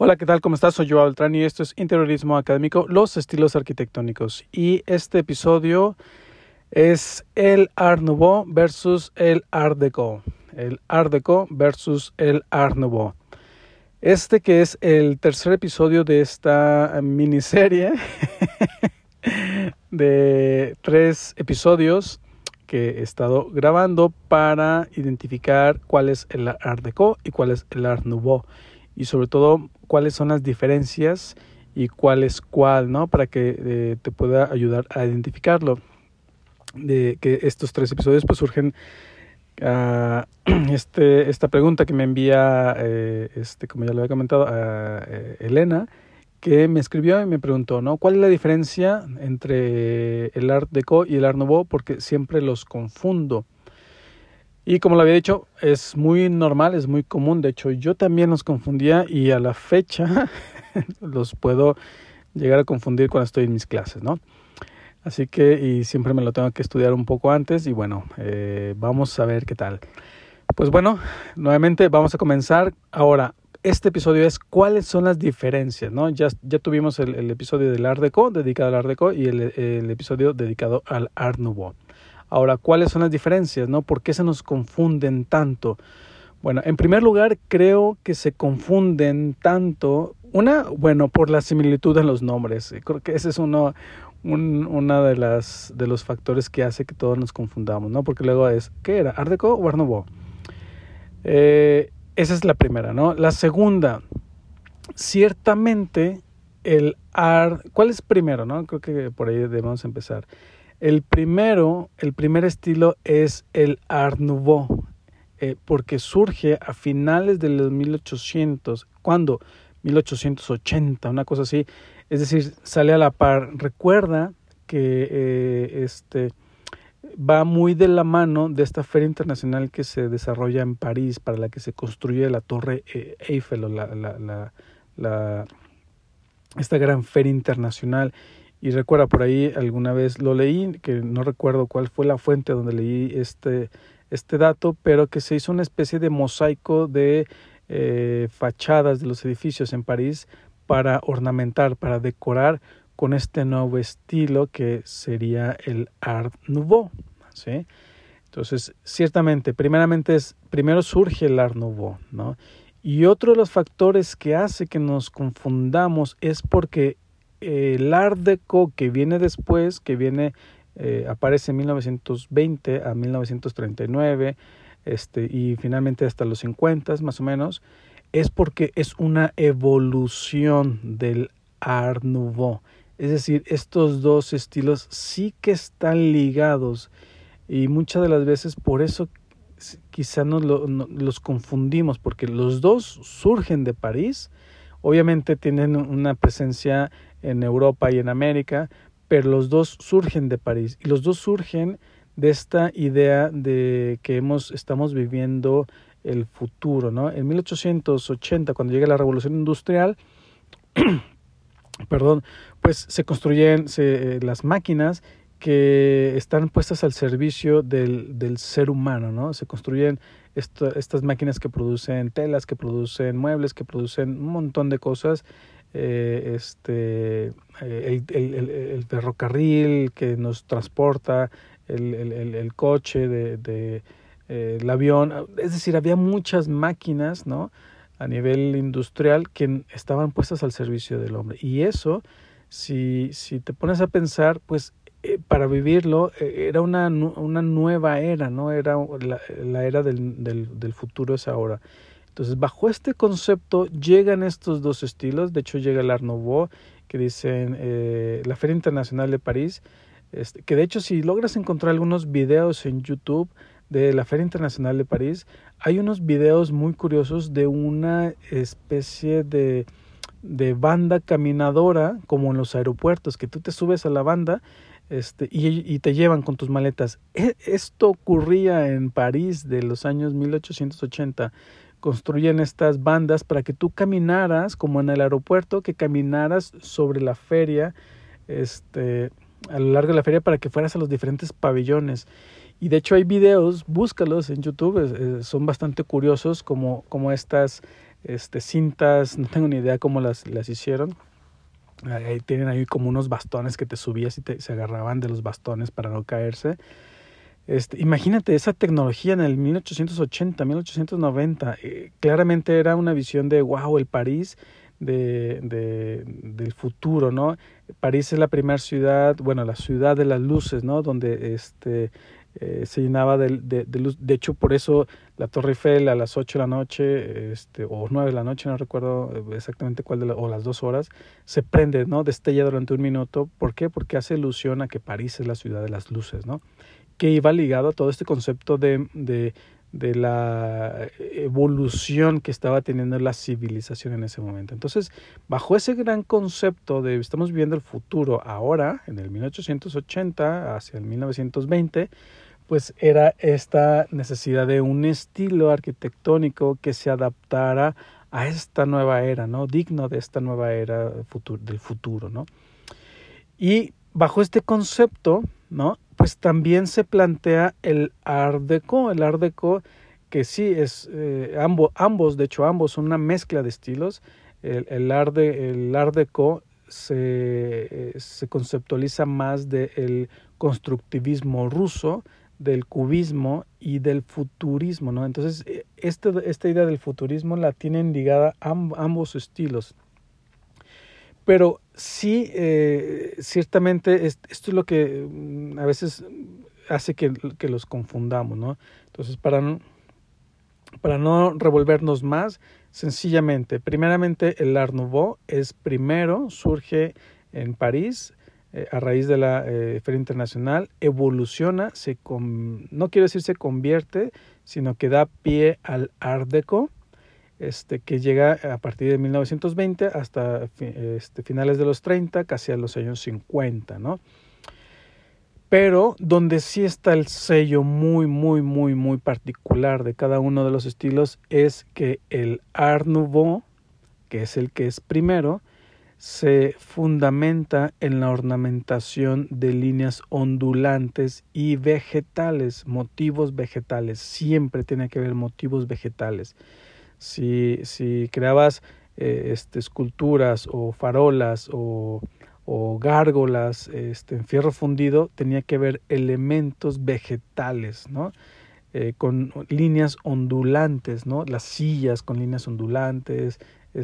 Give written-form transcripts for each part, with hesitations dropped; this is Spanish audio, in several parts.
Hola, ¿qué tal? ¿Cómo estás? Soy Joao Beltrán y esto es Interiorismo Académico, los estilos arquitectónicos. Y este episodio es el Art Nouveau versus el Art Deco. El Art Deco versus el Art Nouveau. Este que es el tercer episodio de esta miniserie de 3 episodios que he estado grabando para identificar cuál es el Art Deco y cuál es el Art Nouveau. Y sobre todo, cuáles son las diferencias y cuál es cuál, ¿no? Para que te pueda ayudar a identificarlo. De que estos 3 episodios pues surgen esta pregunta que me envía, como ya lo había comentado, Elena, que me escribió y me preguntó, ¿no? ¿Cuál es la diferencia entre el Art Deco y el Art Nouveau? Porque siempre los confundo. Y como lo había dicho, es muy normal, es muy común. De hecho, yo también los confundía y a la fecha los puedo llegar a confundir cuando estoy en mis clases, ¿no? Así que, y siempre me lo tengo que estudiar un poco antes y bueno, vamos a ver qué tal. Pues bueno, nuevamente vamos a comenzar. Ahora, este episodio es cuáles son las diferencias, ¿no? Ya tuvimos el episodio del Art Deco, dedicado al Art Deco, y el episodio dedicado al Art Nouveau. Ahora, ¿cuáles son las diferencias, no? ¿Por qué se nos confunden tanto? Bueno, en primer lugar, creo que se confunden tanto, por la similitud en los nombres. Creo que ese es una de los factores que hace que todos nos confundamos, ¿no? Porque luego es, ¿qué era? ¿Art Deco o Art Nouveau? Esa es la primera, ¿no? La segunda, ciertamente ¿cuál es primero, no? Creo que por ahí debemos empezar. El primer estilo es el Art Nouveau, porque surge a finales de los 1800, ¿cuándo? 1880, una cosa así, es decir, sale a la par. Recuerda que va muy de la mano de esta feria internacional que se desarrolla en París, para la que se construye la Torre Eiffel, o esta gran feria internacional. Y recuerda, por ahí alguna vez lo leí, que no recuerdo cuál fue la fuente donde leí este dato, pero que se hizo una especie de mosaico de fachadas de los edificios en París para ornamentar, para decorar con este nuevo estilo que sería el Art Nouveau, ¿sí? Entonces, ciertamente, primero surge el Art Nouveau, ¿no? Y otro de los factores que hace que nos confundamos es porque el Art Deco que viene después, aparece en 1920 a 1939, y finalmente hasta los 50 más o menos, es porque es una evolución del Art Nouveau. Es decir, estos dos estilos sí que están ligados y muchas de las veces por eso quizá los confundimos, porque los dos surgen de París. Obviamente tienen una presencia en Europa y en América, pero los dos surgen de París y los dos surgen de esta idea de que estamos viviendo el futuro, ¿no? En 1880, cuando llega la Revolución Industrial, pues se construyen las máquinas que están puestas al servicio del ser humano, ¿no? Se construyen estas máquinas que producen telas, que producen muebles, que producen un montón de cosas. El ferrocarril que nos transporta, el coche, el avión. Es decir, había muchas máquinas, ¿no?, a nivel industrial que estaban puestas al servicio del hombre. Y eso, si te pones a pensar, pues para vivirlo era una nueva era, ¿no? Era la era del futuro, es ahora. Entonces, bajo este concepto llegan estos dos estilos. De hecho, llega el Art Nouveau, que dicen la Feria Internacional de París, que de hecho, si logras encontrar algunos videos en YouTube de la Feria Internacional de París, hay unos videos muy curiosos de una especie de banda caminadora, como en los aeropuertos, que tú te subes a la banda y te llevan con tus maletas. Esto ocurría en París de los años 1880. Construyen estas bandas para que tú caminaras, como en el aeropuerto, que caminaras sobre la feria, a lo largo de la feria, para que fueras a los diferentes pabellones. Y de hecho hay videos, búscalos en YouTube, son bastante curiosos, como estas cintas, no tengo ni idea cómo las hicieron. Ahí tienen ahí como unos bastones que te subías y se agarraban de los bastones para no caerse. Imagínate esa tecnología en el 1880, 1890. Claramente era una visión de wow, el París del futuro, ¿no? París es la primera ciudad, bueno, la ciudad de las luces, ¿no? Donde se llenaba de luz. De hecho, por eso la Torre Eiffel a las 8 de la noche, o 9 de la noche, no recuerdo exactamente cuál o las 2 horas, se prende, ¿no? Destella durante un minuto. ¿Por qué? Porque hace alusión a que París es la ciudad de las luces, ¿no? Que iba ligado a todo este concepto de la evolución que estaba teniendo la civilización en ese momento. Entonces, bajo ese gran concepto de estamos viviendo el futuro ahora, en el 1880 hacia el 1920, pues era esta necesidad de un estilo arquitectónico que se adaptara a esta nueva era, ¿no? Digno de esta nueva era del futuro, ¿no? Y bajo este concepto, ¿no? Pues también se plantea el Art Deco. El Art Deco, que sí es ambos son una mezcla de estilos. El Art Deco se conceptualiza más del constructivismo ruso, del cubismo y del futurismo, ¿no? Entonces, esta idea del futurismo la tienen ligada ambos estilos. Pero sí, ciertamente esto es lo que a veces hace que los confundamos, ¿no? Entonces, para no revolvernos más, sencillamente, primeramente el Art Nouveau surge en París a raíz de la Feria Internacional, evoluciona, no quiero decir se convierte, sino que da pie al Art Deco, que llega a partir de 1920 hasta finales de los 30, casi a los años 50, ¿no? Pero donde sí está el sello muy, muy, muy, muy particular de cada uno de los estilos es que el Art Nouveau, que es el que es primero, se fundamenta en la ornamentación de líneas ondulantes y vegetales, motivos vegetales. Siempre tiene que haber motivos vegetales. Si creabas esculturas o farolas o gárgolas en fierro fundido, tenía que haber elementos vegetales, ¿no? Con líneas ondulantes, ¿no? Las sillas con líneas ondulantes,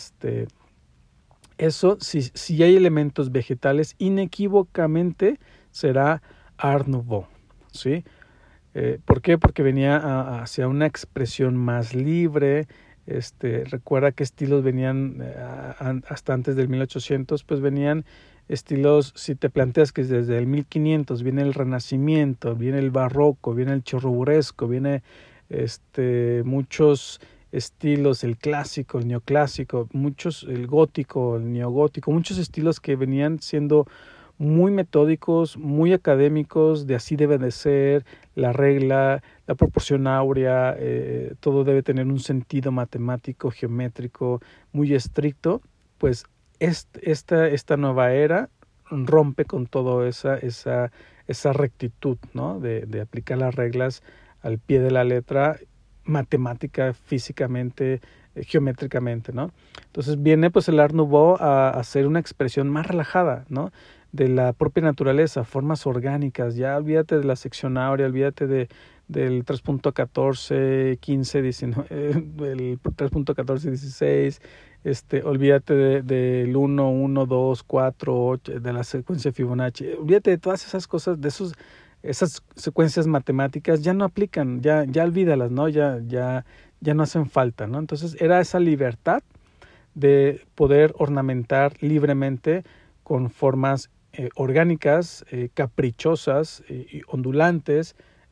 eso, si hay elementos vegetales, inequívocamente será Art Nouveau, ¿sí? ¿Por qué? Porque venía hacia una expresión más libre. Recuerda que estilos venían hasta antes del 1800, pues venían estilos, si te planteas que desde el 1500 viene el Renacimiento, viene el Barroco, viene el Churrigueresco, viene muchos estilos, el clásico, el neoclásico, el gótico, el neogótico, muchos estilos que venían siendo muy metódicos, muy académicos, de así debe de ser, la regla, la proporción áurea, todo debe tener un sentido matemático, geométrico, muy estricto. Pues esta nueva era rompe con toda esa rectitud, ¿no? De aplicar las reglas al pie de la letra, matemática, físicamente, geométricamente, ¿no? Entonces viene pues el Art Nouveau a hacer una expresión más relajada, ¿no? De la propia naturaleza, formas orgánicas. Ya olvídate de la sección áurea, olvídate del 3.14, 15, 19, el 3.14, 16, olvídate del 1, 1, 2, 4, 8, de la secuencia Fibonacci. Olvídate de todas esas cosas, esas secuencias matemáticas ya no aplican, ya olvídalas, ¿no? Ya no hacen falta, ¿no? Entonces era esa libertad de poder ornamentar libremente con formas orgánicas, caprichosas y ondulantes,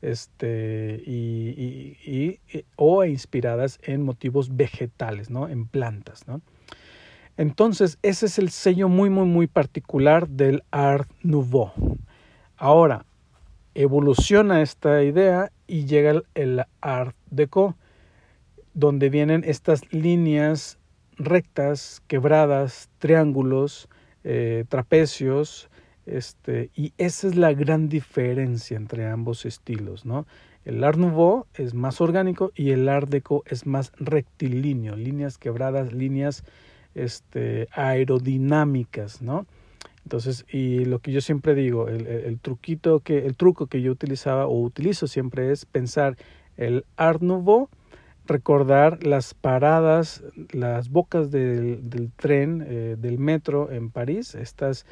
o inspiradas en motivos vegetales, ¿no? En plantas, ¿no? Entonces, ese es el sello muy, muy, muy particular del Art Nouveau. Ahora, evoluciona esta idea y llega el Art Deco, donde vienen estas líneas rectas, quebradas, triángulos, trapecios, Y esa es la gran diferencia entre ambos estilos, ¿no? El Art Nouveau es más orgánico y el Art Deco es más rectilíneo, líneas quebradas, líneas aerodinámicas, ¿no? Entonces, y lo que yo siempre digo, el truco que yo utilizaba o utilizo siempre es pensar el Art Nouveau, recordar las paradas, las bocas del tren, del metro en París, estas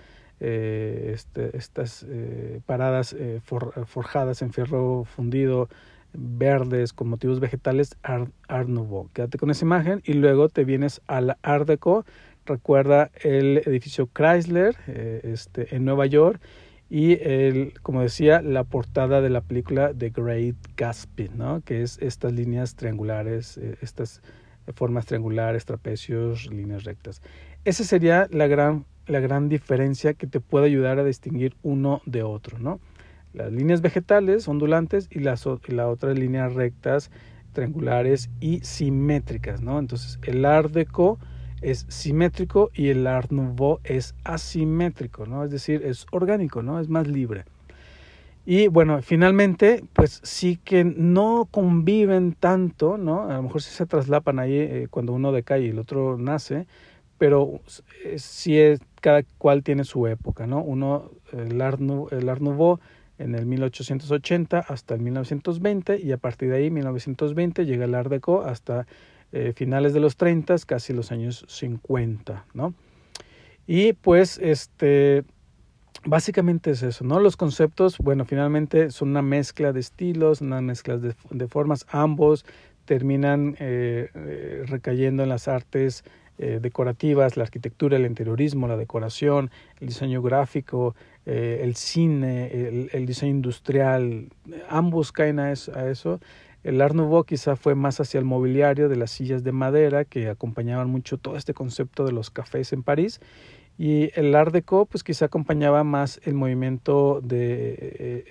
paradas forjadas en fierro fundido, verdes, con motivos vegetales, Art Nouveau. Quédate con esa imagen y luego te vienes al Art Deco. Recuerda el edificio Chrysler en Nueva York y como decía, la portada de la película The Great Gatsby, ¿no? Que es estas líneas triangulares, estas formas triangulares, trapecios, líneas rectas. Esa sería la gran diferencia que te puede ayudar a distinguir uno de otro, ¿no? Las líneas vegetales, ondulantes, y la otra líneas rectas, triangulares y simétricas, ¿no? Entonces, el Art Deco es simétrico y el Art Nouveau es asimétrico, ¿no? Es decir, es orgánico, ¿no? Es más libre. Y bueno, finalmente, pues sí que no conviven tanto, ¿no? A lo mejor sí se traslapan ahí cuando uno decae y el otro nace, pero sí cada cual tiene su época, ¿no? El Art Nouveau en el 1880 hasta el 1920 y a partir de ahí, 1920, llega el Art Deco hasta finales de los 30, casi los años 50, ¿no? Y pues básicamente es eso, ¿no? Los conceptos, bueno, finalmente son una mezcla de estilos, una mezcla de formas, ambos terminan recayendo en las artes decorativas, la arquitectura, el interiorismo, la decoración, el diseño gráfico, el cine, el diseño industrial, ambos caen a eso. El Art Nouveau quizá fue más hacia el mobiliario de las sillas de madera que acompañaban mucho todo este concepto de los cafés en París, y el Art Deco pues quizá acompañaba más el movimiento de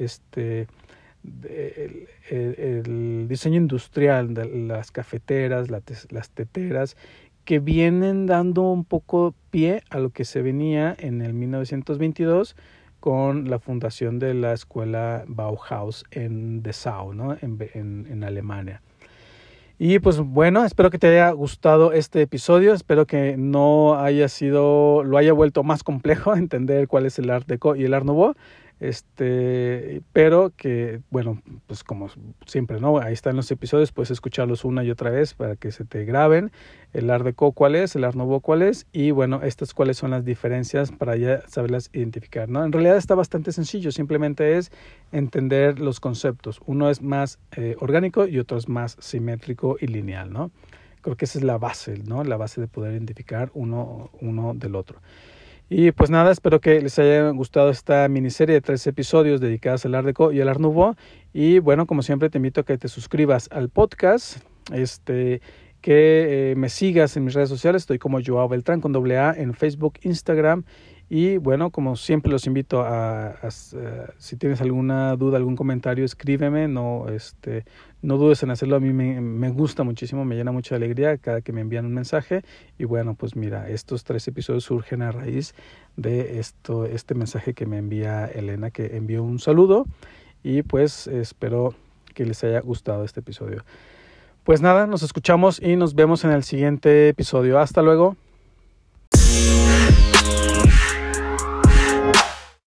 el diseño industrial de las cafeteras, las teteras, que vienen dando un poco pie a lo que se venía en el 1922 con la fundación de la escuela Bauhaus en Dessau, ¿no? en Alemania. Y pues bueno, espero que te haya gustado este episodio, espero que no lo haya vuelto más complejo entender cuál es el Art Deco y el Art Nouveau, pero que bueno, pues como siempre, ¿no? Ahí están los episodios, puedes escucharlos una y otra vez para que se te graben el Art Deco cuál es, el Art Nouveau cuál es, y bueno, estas cuáles son las diferencias para ya saberlas identificar, ¿no? En realidad está bastante sencillo, simplemente es entender los conceptos. Uno es más orgánico y otro es más simétrico y lineal, ¿no? Creo que esa es la base, ¿no? La base de poder identificar uno del otro. Y pues nada, espero que les haya gustado esta miniserie de 3 episodios dedicadas al Art Deco y al Art Nouveau. Y bueno, como siempre te invito a que te suscribas al podcast, que me sigas en mis redes sociales. Estoy como Joao Beltrán con AA en Facebook, Instagram. Y bueno, como siempre los invito si tienes alguna duda, algún comentario, escríbeme, no dudes en hacerlo. A mí me gusta muchísimo, me llena mucha alegría cada que me envían un mensaje. Y bueno, pues mira, estos 3 episodios surgen a raíz de este mensaje que me envía Elena, que envió un saludo, y pues espero que les haya gustado este episodio. Pues nada, nos escuchamos y nos vemos en el siguiente episodio. Hasta luego.